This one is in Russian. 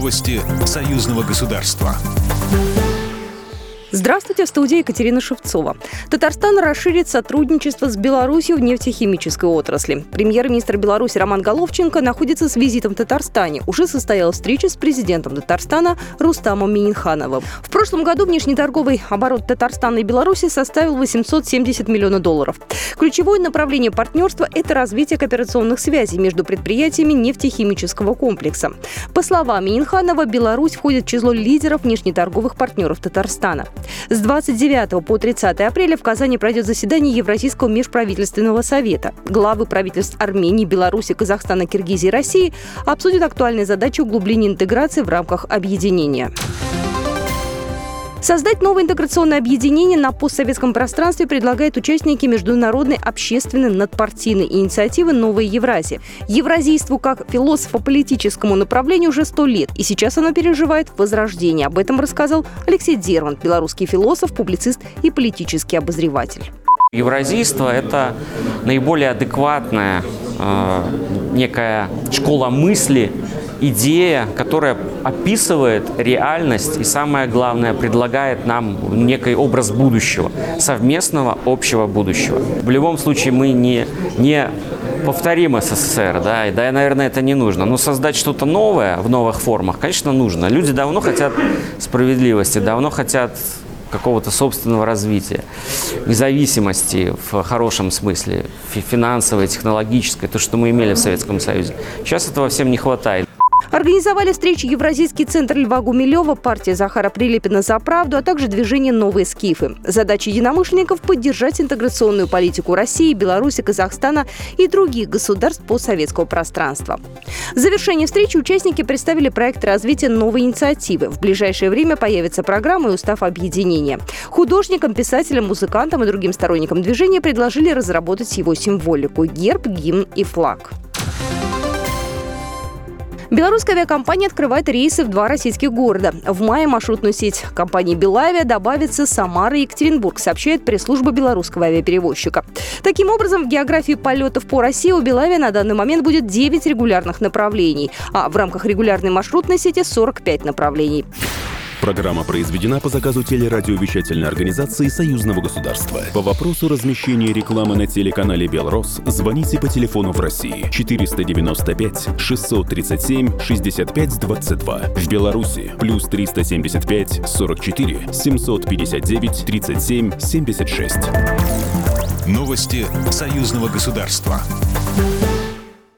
Новости союзного государства. Здравствуйте, в студии Екатерина Шевцова. Татарстан расширит сотрудничество с Беларусью в нефтехимической отрасли. Премьер-министр Беларуси Роман Головченко находится с визитом в Татарстане. Уже состоялась встреча с президентом Татарстана Рустамом Миннихановым. В прошлом году внешнеторговый оборот Татарстана и Беларуси составил $870 миллионов. Ключевое направление партнерства – это развитие кооперационных связей между предприятиями нефтехимического комплекса. По словам Минниханова, Беларусь входит в число лидеров внешнеторговых партнеров Татарстана. С 29 по 30 апреля в Казани пройдет заседание Евразийского межправительственного совета. Главы правительств Армении, Беларуси, Казахстана, Киргизии и России обсудят актуальные задачи углубления интеграции в рамках объединения. Создать новое интеграционное объединение на постсоветском пространстве предлагают участники международной общественной надпартийной инициативы «Новая Евразия». Евразийству как философо-политическому направлению уже 100 лет, и сейчас оно переживает возрождение. Об этом рассказал Алексей Дерман, белорусский философ, публицист и политический обозреватель. Евразийство – это наиболее адекватная некая школа мысли, идея, которая описывает реальность и, самое главное, предлагает нам некий образ будущего, совместного общего будущего. В любом случае мы не повторим СССР, да, наверное, это не нужно. Но создать что-то новое в новых формах, конечно, нужно. Люди давно хотят справедливости, давно хотят какого-то собственного развития, независимости в хорошем смысле, финансовой, технологической, то, что мы имели в Советском Союзе. Сейчас этого всем не хватает. Организовали встречу Евразийский центр Льва Гумилева, партия Захара Прилепина «За правду», а также движение «Новые скифы». Задача единомышленников – поддержать интеграционную политику России, Беларуси, Казахстана и других государств постсоветского пространства. В завершении встречи участники представили проект развития новой инициативы. В ближайшее время появится программа и устав объединения. Художникам, писателям, музыкантам и другим сторонникам движения предложили разработать его символику – герб, гимн и флаг. Белорусская авиакомпания открывает рейсы в 2 российских города. В мае маршрутную сеть компании «Белавиа» добавится Самара и Екатеринбург, сообщает пресс-служба белорусского авиаперевозчика. Таким образом, в географии полетов по России у «Белавиа» на данный момент будет 9 регулярных направлений, а в рамках регулярной маршрутной сети 45 направлений. Программа произведена по заказу телерадиовещательной организации Союзного государства. По вопросу размещения рекламы на телеканале «Белрос» звоните по телефону в России 495 637 65 22. В Беларуси плюс 375 44 759 37 76. Новости союзного государства.